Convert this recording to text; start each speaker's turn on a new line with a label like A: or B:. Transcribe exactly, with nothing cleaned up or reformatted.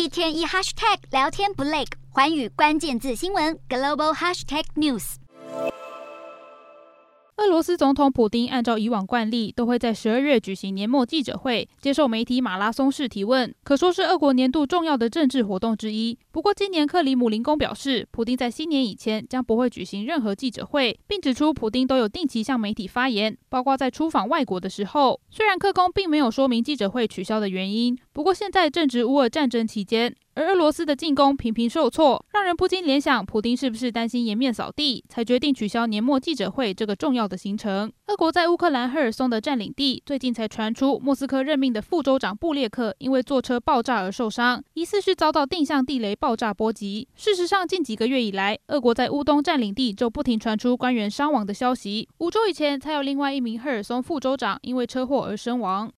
A: 一天一 hashtag 聊天不累，寰宇关键字新闻 global hashtag news。
B: 俄罗斯总统普丁按照以往惯例，都会在十二月举行年末记者会，接受媒体马拉松式提问，可说是俄国年度重要的政治活动之一。不过，今年克里姆林宫表示，普丁在新年以前将不会举行任何记者会，并指出普丁都有定期向媒体发言，包括在出访外国的时候。虽然克宫并没有说明记者会取消的原因，不过现在正值乌俄战争期间，而俄罗斯的进攻频频受挫，让人不禁联想，普丁是不是担心颜面扫地，才决定取消年末记者会这个重要的行程。俄国在乌克兰赫尔松的占领地，最近才传出莫斯科任命的副州长布列克因为坐车爆炸而受伤，疑似是遭到定向地雷爆炸波及。事实上，近几个月以来，俄国在乌东占领地就不停传出官员伤亡的消息。五周以前，才有另外一名赫尔松副州长因为车祸而身亡。